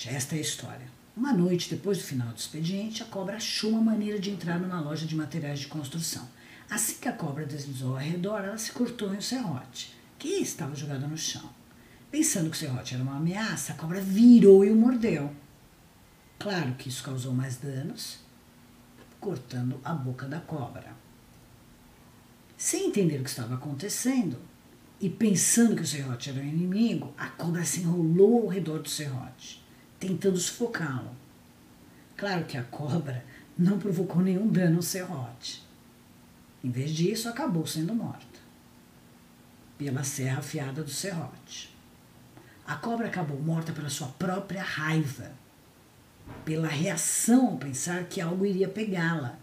serrote. Esta é a história. Uma noite, depois do final do expediente, a cobra achou uma maneira de entrar numa loja de materiais de construção. Assim que a cobra deslizou ao redor, ela se cortou em um serrote, que estava jogado no chão. Pensando que o serrote era uma ameaça, a cobra virou e o mordeu. Claro que isso causou mais danos, cortando a boca da cobra. Sem entender o que estava acontecendo e pensando que o serrote era um inimigo, a cobra se enrolou ao redor do serrote, tentando sufocá-lo. Claro que a cobra não provocou nenhum dano ao serrote. Em vez disso, acabou sendo morta pela serra afiada do serrote. A cobra acabou morta pela sua própria raiva, pela reação ao pensar que algo iria pegá-la.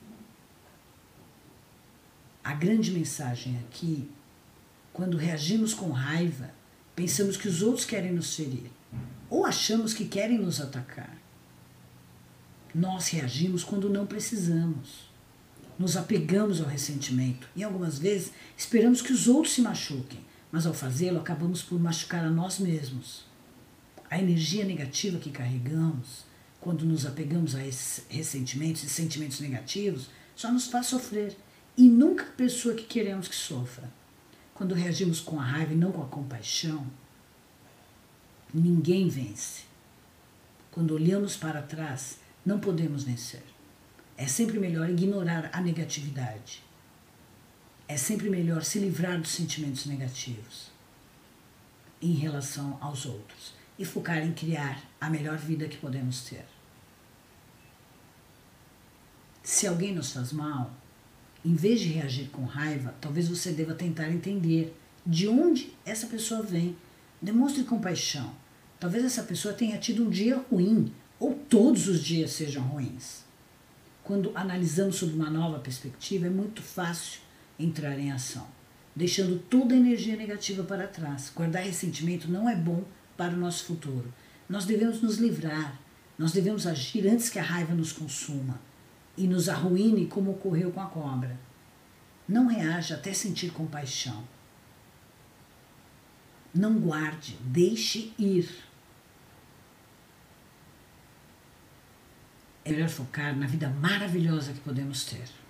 A grande mensagem aqui, quando reagimos com raiva, pensamos que os outros querem nos ferir, ou achamos que querem nos atacar. Nós reagimos quando não precisamos. Nos apegamos ao ressentimento e algumas vezes esperamos que os outros se machuquem, mas ao fazê-lo acabamos por machucar a nós mesmos. A energia negativa que carregamos, quando nos apegamos a esses ressentimentos e sentimentos negativos, só nos faz sofrer e nunca a pessoa que queremos que sofra. Quando reagimos com a raiva e não com a compaixão, ninguém vence. Quando olhamos para trás, não podemos vencer. É sempre melhor ignorar a negatividade. É sempre melhor se livrar dos sentimentos negativos em relação aos outros e focar em criar a melhor vida que podemos ter. Se alguém nos faz mal, em vez de reagir com raiva, talvez você deva tentar entender de onde essa pessoa vem. Demonstre compaixão. Talvez essa pessoa tenha tido um dia ruim, ou todos os dias sejam ruins. Quando analisamos sob uma nova perspectiva, é muito fácil entrar em ação, deixando toda a energia negativa para trás. Guardar ressentimento não é bom para o nosso futuro. Nós devemos nos livrar, nós devemos agir antes que a raiva nos consuma e nos arruine como ocorreu com a cobra. Não reaja até sentir compaixão. Não guarde, deixe ir. É melhor focar na vida maravilhosa que podemos ter.